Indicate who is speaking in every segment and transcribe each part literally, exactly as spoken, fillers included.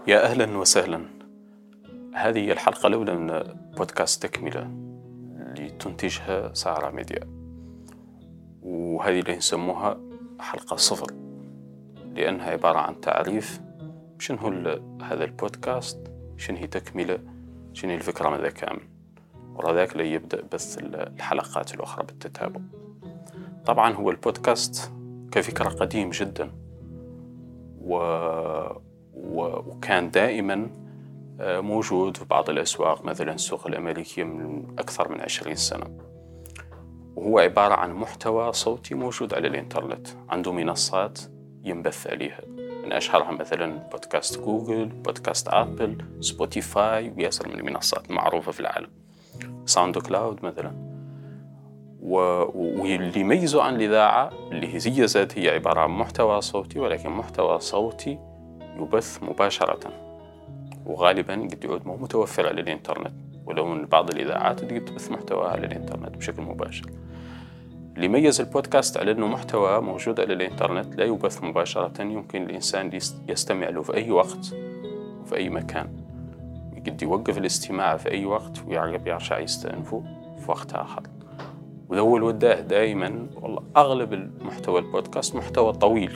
Speaker 1: يا أهلا وسهلا. هذه الحلقة الأولى من بودكاست تكملة اللي تنتجها سارة ميديا، وهذه اللي نسموها حلقة صفر، لأنها عبارة عن تعريف شنو هو هذا البودكاست، شنو هي تكملة، شنو هي الفكرة ماذا كامل، وذاك اللي يبدأ بث الحلقات الأخرى بالتتابع. طبعا هو البودكاست كفكرة قديم جدا و... و... وكان دائما موجود في بعض الأسواق، مثلا السوق الأمريكية من أكثر من عشرين سنة، وهو عبارة عن محتوى صوتي موجود على الإنترنت، عنده منصات ينبث عليها، من أشهرها مثلا بودكاست جوجل، بودكاست أبل، سبوتيفاي، وياسر من المنصات المعروفة في العالم، ساوند كلاود مثلا. واللي يميزه عن الإذاعة اللي هي ذات هي عبارة عن محتوى صوتي، ولكن محتوى صوتي يبث مباشرة، وغالبا قد يعود مو متوفر على الإنترنت، ولو من بعض الإذاعات قد تبث محتواها على الإنترنت بشكل مباشر. اللي يميز البودكاست على أنه محتوى موجود على الإنترنت لا يبث مباشرة، يمكن الإنسان يستمع له في أي وقت وفي أي مكان، قد يوقف الاستماع في أي وقت ويعقب يرجع يستأنفه في وقت آخر. وذو الوداه دائما والله أغلب المحتوى البودكاست محتوى طويل،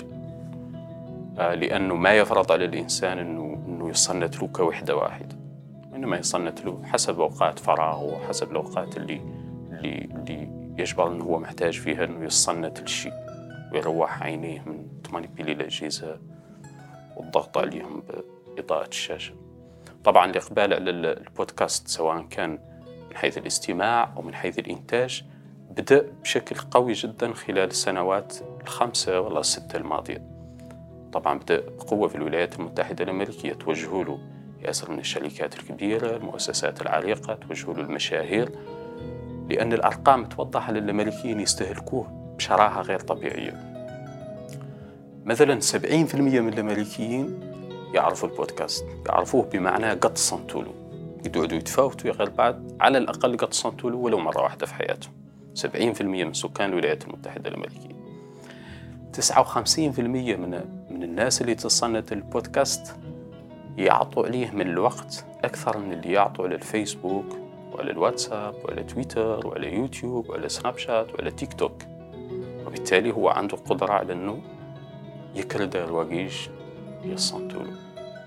Speaker 1: آه لأنه ما يفرض على الإنسان أنه, إنه يصنت له كوحدة واحدة، إنما يصنت له حسب أوقات فراغه وحسب الأوقات اللي, اللي, اللي يجبر أنه هو محتاج فيها أنه يصنت الشيء ويروح عينيه من تمانيبيلي الأجهزة والضغط عليهم بإضاءة الشاشة. طبعا الإقبال على البودكاست سواء كان من حيث الاستماع أو من حيث الإنتاج بدأ بشكل قوي جدا خلال السنوات الخمسة ولا الستة الماضية. طبعا بدأ بقوة في الولايات المتحدة الأمريكية، توجهوا له ياسر من الشركات الكبيرة، المؤسسات العريقة، توجهوا له المشاهير، لأن الأرقام توضح أن الأمريكيين يستهلكوه بشراهة غير طبيعية. مثلا سبعين بالمئة من الأمريكيين يعرفوا البودكاست، يعرفوه بمعنى قد صنتوا له، يدعوا يتفاوتوا غير بعد على الأقل قد صنتوا له ولو مرة واحدة في حياتهم. سبعين بالمئة من سكان الولايات المتحدة الأمريكية. تسعة وخمسين بالمئة من من الناس اللي تصنت البودكاست يعطوا عليه من الوقت أكثر من اللي يعطوا على الفيسبوك وعلى الواتساب وعلى تويتر وعلى يوتيوب وعلى سناب شات وعلى تيك توك، وبالتالي هو عنده قدرة على أنه يكرد الوقيش يصنتوا له.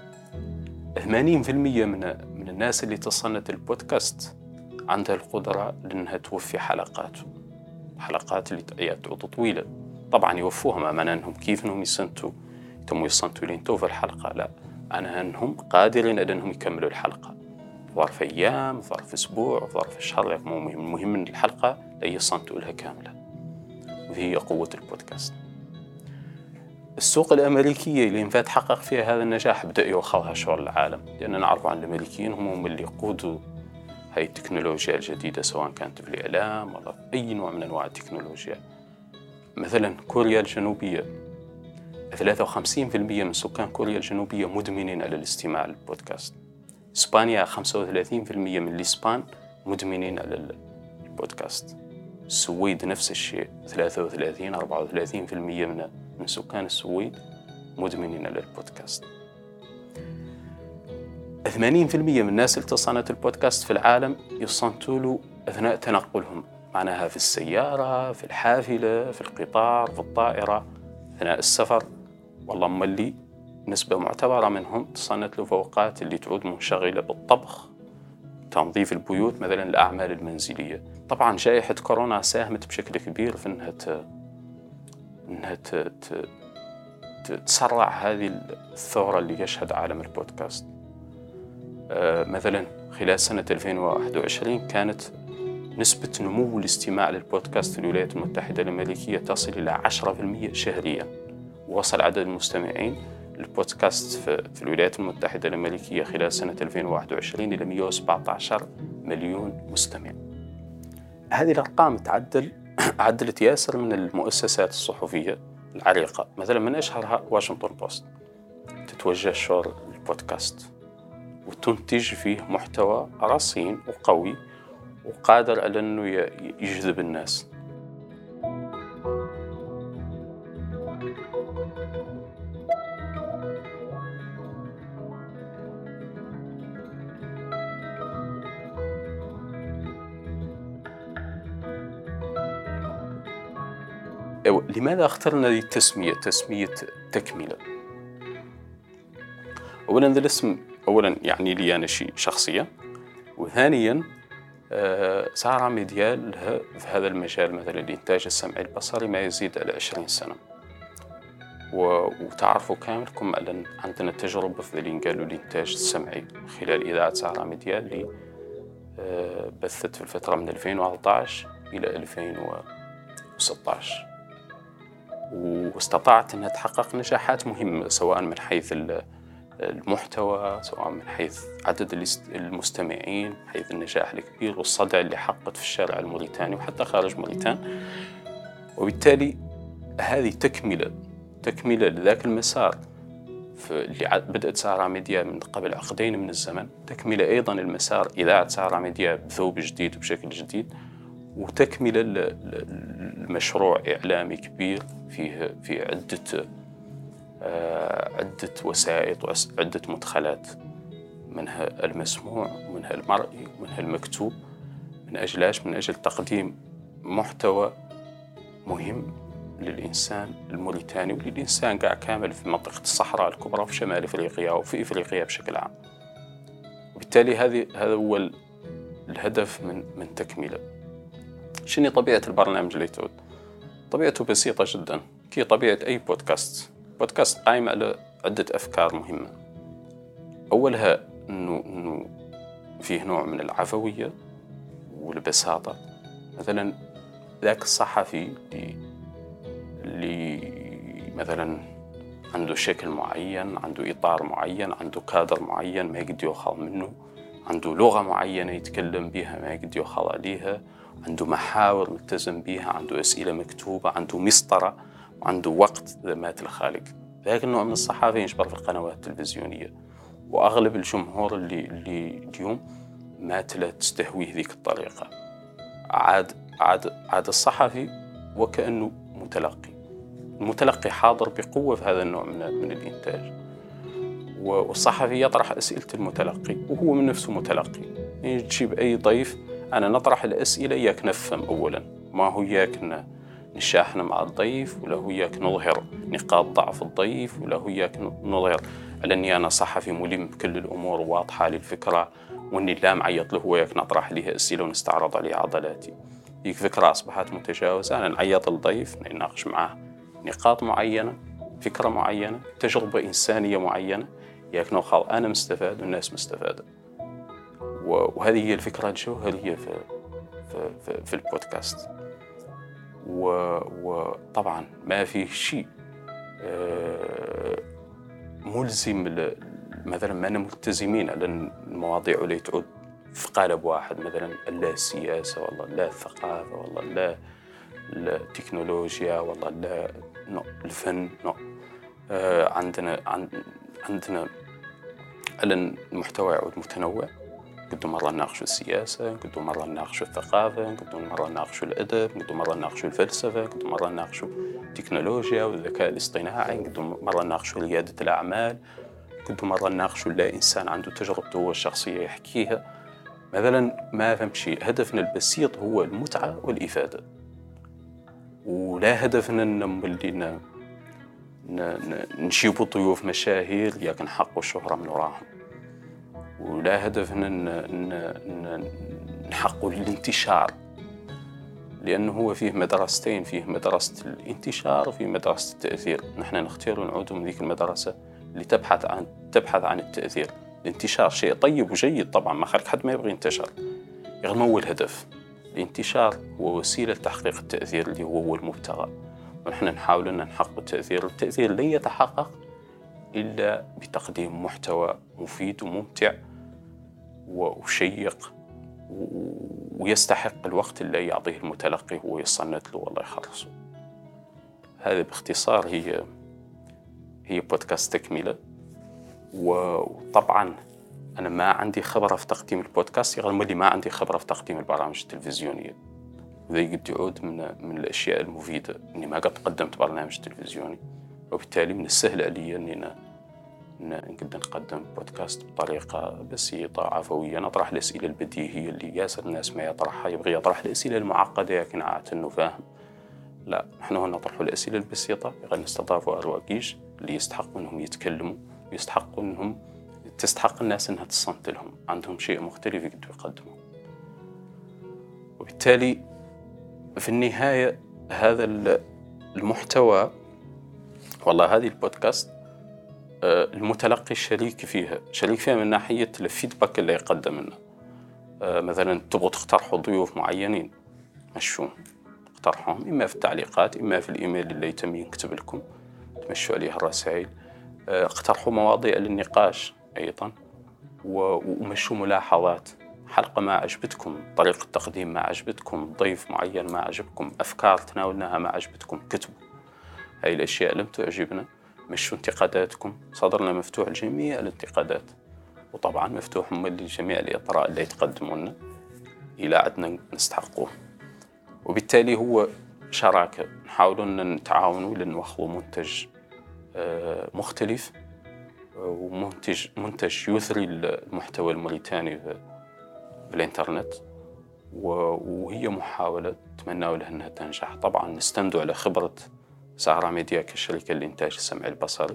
Speaker 1: ثمانين بالمئة من من الناس اللي تصنت البودكاست عندها القدرة لأنها توفي حلقات حلقات اللي تعود طويلة. طبعا يوفوها، ما معنى أنهم كيف أنهم يصنتوا يتموا يصنتوا لين توفى الحلقة، لا، أنا أنهم قادرين على أنهم يكملوا الحلقة ظرف أيام، ظرف أسبوع، ظرف شهر. المهم المهم أن الحلقة لا يصنتوا لها كاملة، وهي قوة البودكاست. السوق الأمريكية اللي ينفع تحقق فيها هذا النجاح بدأ يوخوها شغل العالم، لأننا نعرف عن الأمريكيين هم اللي يقودوا هاي التكنولوجيا الجديدة، سواء كانت في الإعلام ولا في أي نوع من أنواع التكنولوجيا. مثلا كوريا الجنوبية، ثلاثة وخمسين بالمئة من سكان كوريا الجنوبية مدمنين على الاستماع للبودكاست. إسبانيا خمسة وثلاثين بالمئة من الإسبان مدمنين على البودكاست. السويد نفس الشيء، ثلاثة وثلاثين أربعة وثلاثين بالمئة من من سكان السويد مدمنين على البودكاست. ثمانين بالمئة من الناس اللي تصنت البودكاست في العالم يصنتوا له أثناء تنقلهم، معناها في السيارة، في الحافلة، في القطار، في الطائرة، أثناء السفر. والله ملي نسبة معتبرة منهم تصنت له في أوقات اللي تعود منشغلة بالطبخ، تنظيف البيوت، مثلا الأعمال المنزلية. طبعا جائحة كورونا ساهمت بشكل كبير في أنها ت... أنها ت... ت... تسرع هذه الثورة اللي يشهد عالم البودكاست. آه مثلا خلال سنة ألفين وواحد وعشرين كانت نسبة نمو الاستماع للبودكاست في الولايات المتحدة الأمريكية تصل إلى عشرة بالمئة شهريا، ووصل عدد المستمعين للبودكاست في الولايات المتحدة الأمريكية خلال سنة ألفين وواحد وعشرين إلى مئة وسبعة عشر مليون مستمع. هذه الأرقام تعدل عدلت ياسر من المؤسسات الصحفية العريقة، مثلا من أشهرها واشنطن بوست، تتوجه شغل البودكاست وتنتج فيه محتوى رصين وقوي وقادر على أنه يجذب الناس. لماذا اخترنا هذه التسمية تسمية تكملة؟ أولا ذا الاسم أولا يعني لي أنا شيء شخصيا، وثانيا آه سارة ميديا لها في هذا المجال مثلا الإنتاج السمعي البصري ما يزيد على عشرين سنة، وتعرفوا كاملكم أن عندنا تجربة في اللي قالوا الإنتاج السمعي خلال إذاعة سارة ميديا اللي آه بثت في الفترة من ألفين وأحد عشر إلى ألفين وستة عشر، واستطاعت أنها تحقق نجاحات مهمة سواء من حيث المحتوى، سواء من حيث عدد المستمعين، من حيث النجاح الكبير والصدى اللي حققت في الشارع الموريتاني وحتى خارج موريتان. وبالتالي هذه تكملة تكملة لذاك المسار اللي بدأت سارة ميديا من قبل عقدين من الزمن، تكملة أيضا المسار إذاعة سارة ميديا بثوب جديد وبشكل جديد، وتكملة المشروع إعلامي كبير فيه في عدة عدة وسائط وعدة مدخلات، منها المسموع ومنها المرئي ومنها المكتوب، من أجلاش من أجل تقديم محتوى مهم للإنسان الموريتاني وللإنسان قاع كامل في منطقة الصحراء الكبرى في شمال إفريقيا وفي إفريقيا بشكل عام. وبالتالي هذه هذا هو الهدف من من تكملة. شنو طبيعة البرنامج اللي تعود؟ طبيعته بسيطة جدا كي طبيعة أي بودكاست. بودكاست قائم على عدة أفكار مهمة. أولها إنه إنه فيه نوع من العفوية والبساطة. مثلا ذاك الصحفي اللي اللي مثلا عنده شكل معين، عنده إطار معين، عنده كادر معين ما يقدر يأخذ منه، عنده لغة معينة يتكلم بها ما يقدر يأخذ عليها، عنده محاور ملتزم بها، عنده أسئلة مكتوبة، عنده مسطرة، وعنده وقت ذمات الخالق. ذاك النوع من الصحافة ينشبر في القنوات التلفزيونية، وأغلب الجمهور اللي اللي اليوم ما تلا تستهويه ذيك الطريقة. عاد عاد عاد الصحفي وكأنه متلقي، المتلقي حاضر بقوة في هذا النوع من من الإنتاج، والصحفي يطرح أسئلة المتلقي وهو من نفسه متلقي. يعني تجيب أي ضيف أنا نطرح الأسئلة إياك نفهم أولا، ما هو إياك نشاحن مع الضيف، ولا هو إياك نظهر نقاط ضعف الضيف، ولا هو إياك نظهر على أني أنا صحفي ملم بكل الأمور واضحة للفكرة، وأني لا معيط له هو إياك نطرح عليه أسئلة ونستعرض عليه عضلاتي. هيك فكرة أصبحت متجاوزة. أنا نعيط الضيف نناقش معه نقاط معينة، فكرة معينة، تجربة إنسانية معينة، إياك نأخذ أنا مستفاد والناس مستفادة. وهذه هي الفكرة الجوهرية في في في, في البودكاست. وطبعا ما فيه شيء ملزم، مثلا ما ملتزمين على المواضيع اللي تعود في قالب واحد، مثلا لا السياسة والله لا الثقافة والله لا التكنولوجيا والله لا نو الفن نو. آه عندنا عندنا على المحتوى يعود متنوع. قد مرة نناقشوا السياسة، قد مرة نناقشوا الثقافة، قد مرة نناقشوا الأدب، قد مرة نناقشوا الفلسفة، قد مرة نناقشوا التكنولوجيا والذكاء الاصطناعي، قد مرة نناقشوا ريادة الأعمال، قد مرة نناقشوا لا إنسان عنده تجربته هو الشخصية يحكيها. مثلا ما فهم شيء، هدفنا البسيط هو المتعة والإفادة، ولا هدفنا نملينا نجيبوا ضيوف مشاهير ياك نحققوا الشهرة من وراهم، ولا هدفنا نحققوا الانتشار، لأنه هو فيه مدرستين، فيه مدرسة الانتشار وفيه مدرسة التأثير. نحن نختار ونعود من ذيك المدرسة اللي تبحث عن تبحث عن التأثير. الانتشار شيء طيب وجيد طبعا، ما خلق حد ما يبغي ينتشر، رغم هو الهدف. الانتشار هو وسيلة لتحقيق التأثير اللي هو هو المبتغى، ونحن نحاول أن نحقق التأثير. التأثير لن يتحقق إلا بتقديم محتوى مفيد وممتع وشيق ويستحق الوقت اللي يعطيه المتلقي هو يصنت له والله يخلصه. هذا باختصار هي هي بودكاست تكملة. وطبعا أنا ما عندي خبرة في تقديم البودكاست، رغم اللي ما عندي خبرة في تقديم البرامج التلفزيونية. وذي قد يعود من من الأشياء المفيدة إني ما قد قدمت برنامج تلفزيوني، وبالتالي من السهل علي إننا نقدر نقدم بودكاست بطريقة بسيطة عفوية، نطرح الأسئلة البديهية اللي ياسر الناس ما يطرحها. يبغي يطرح الأسئلة المعقدة لكن عادة إنه فاهم لا، نحن هنا نطرح الأسئلة البسيطة، غير نستضافوا أرواقيش اللي يستحقوا أنهم يتكلموا، ويستحقوا أنهم تستحق الناس أنها تصنت لهم، عندهم شيء مختلف يقدروا يقدموا. وبالتالي في النهاية هذا المحتوى، والله هذه البودكاست المتلقي شريك فيها، شريك فيها من ناحية الفيدباك اللي يقدم لنا. مثلا تبغوا تقترحوا ضيوف معينين، مشون اقترحهم، إما في التعليقات إما في الإيميل اللي يتم يكتب لكم تمشوا عليه الرسائل. اقترحوا مواضيع للنقاش أيضا، ومشوا ملاحظات. حلقة ما عجبتكم، طريقة تقديم ما عجبتكم، ضيف معين ما عجبكم، أفكار تناولناها ما عجبتكم، كتبوا. هاي الأشياء لم تعجبنا، مشوا انتقاداتكم، صدرنا مفتوح لجميع الانتقادات، وطبعا مفتوح لجميع الإطراء اللي يتقدمون إلى عدنا نستحقوه. وبالتالي هو شراكة، نحاول أن نتعاونوا لنوخوا منتج مختلف، ومنتج منتج يثري المحتوى الموريتاني في الإنترنت. وهي محاولة نتمنى لها أنها تنجح. طبعا نستند على خبرة سهرة ميديا كشركة الإنتاج السمعي البصري،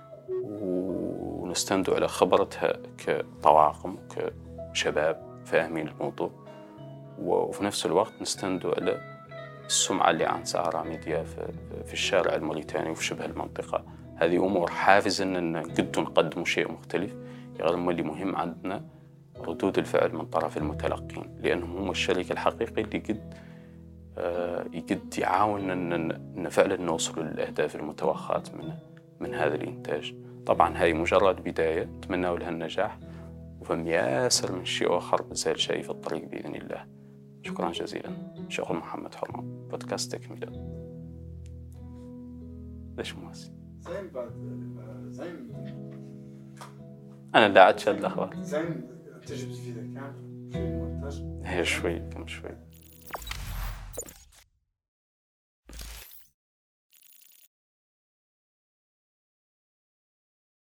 Speaker 1: ونستند على خبرتها كطواقم وكشباب فاهمين الموضوع، وفي نفس الوقت نستند على السمعة اللي عن سهرة ميديا في الشارع الموريتاني وفي شبه المنطقة. هذه أمور حافز أن نقدر نقدم شيء مختلف. يغلب اللي مهم عندنا ردود الفعل من طرف المتلقين، لأنهم هم الشريك الحقيقي اللي قد يقد يعاون أن فعلا نوصل للأهداف المتوخاة من من هذا الإنتاج. طبعا هاي مجرد بداية، نتمنى لها النجاح، وفهم ياسر من شيء آخر بزال شيء في الطريق بإذن الله. شكرا جزيلا. شغل محمد حرام، بودكاست تكملة. ليش مواسي
Speaker 2: زين بعد زين
Speaker 1: أنا لا أتشل الأخبار
Speaker 2: زين تجد في ذا كان في المونتاج
Speaker 1: هي شوي كم شوي